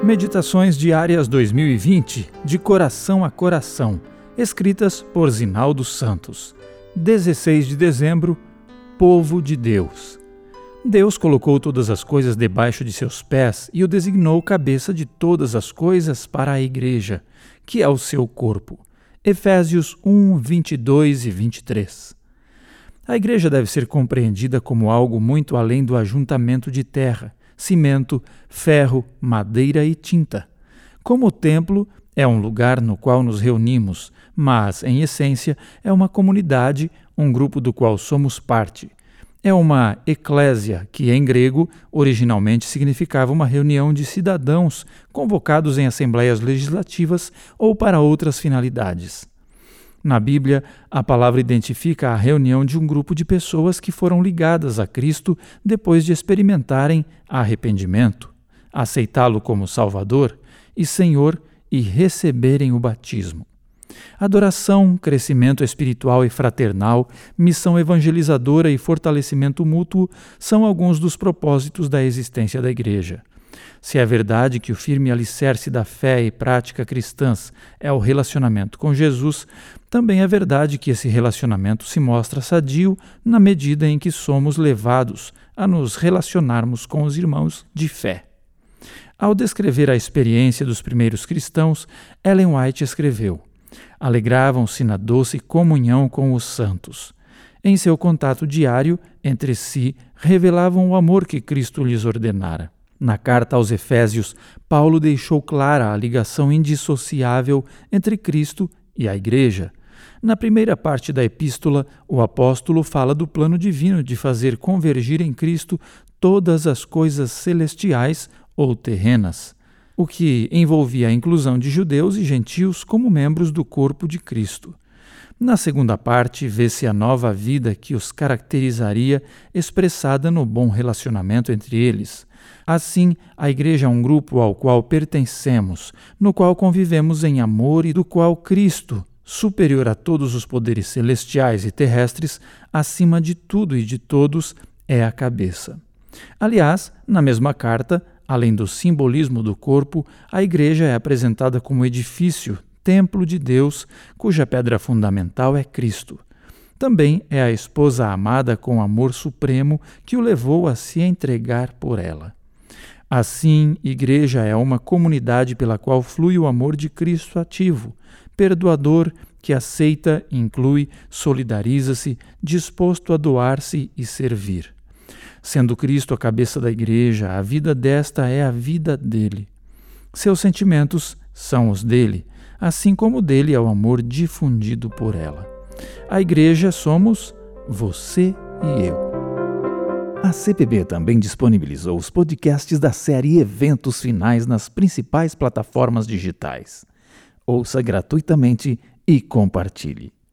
Meditações Diárias 2020, de coração a coração, escritas por Zinaldo Santos. 16 de dezembro, Povo de Deus. Deus colocou todas as coisas debaixo de seus pés e o designou cabeça de todas as coisas para a igreja, que é o seu corpo. Efésios 1, 22 e 23. A igreja deve ser compreendida como algo muito além do ajuntamento de terra, cimento, ferro, madeira e tinta. Como o templo é um lugar no qual nos reunimos, mas, em essência, é uma comunidade, um grupo do qual somos parte. É uma eclésia, que em grego originalmente significava uma reunião de cidadãos convocados em assembleias legislativas ou para outras finalidades. Na Bíblia, a palavra identifica a reunião de um grupo de pessoas que foram ligadas a Cristo depois de experimentarem arrependimento, aceitá-lo como Salvador e Senhor e receberem o batismo. Adoração, crescimento espiritual e fraternal, missão evangelizadora e fortalecimento mútuo são alguns dos propósitos da existência da Igreja. Se é verdade que o firme alicerce da fé e prática cristãs é o relacionamento com Jesus, também é verdade que esse relacionamento se mostra sadio na medida em que somos levados a nos relacionarmos com os irmãos de fé. Ao descrever a experiência dos primeiros cristãos, Ellen White escreveu: alegravam-se na doce comunhão com os santos. Em seu contato diário entre si, revelavam o amor que Cristo lhes ordenara. Na carta aos Efésios, Paulo deixou clara a ligação indissociável entre Cristo e a Igreja. Na primeira parte da epístola, o apóstolo fala do plano divino de fazer convergir em Cristo todas as coisas celestiais ou terrenas, o que envolvia a inclusão de judeus e gentios como membros do corpo de Cristo. Na segunda parte, vê-se a nova vida que os caracterizaria, expressada no bom relacionamento entre eles. Assim, a Igreja é um grupo ao qual pertencemos, no qual convivemos em amor e do qual Cristo, superior a todos os poderes celestiais e terrestres, acima de tudo e de todos, é a cabeça. Aliás, na mesma carta, além do simbolismo do corpo, a Igreja é apresentada como edifício, templo de Deus, cuja pedra fundamental é Cristo. Também é a esposa amada com amor supremo que o levou a se entregar por ela. Assim, Igreja é uma comunidade pela qual flui o amor de Cristo ativo, perdoador, que aceita, inclui, solidariza-se, disposto a doar-se e servir. Sendo Cristo a cabeça da Igreja, a vida desta é a vida dele. Seus sentimentos são os dele, assim como dele é o amor difundido por ela. A Igreja somos você e eu. A CPB também disponibilizou os podcasts da série Eventos Finais nas principais plataformas digitais. Ouça gratuitamente e compartilhe.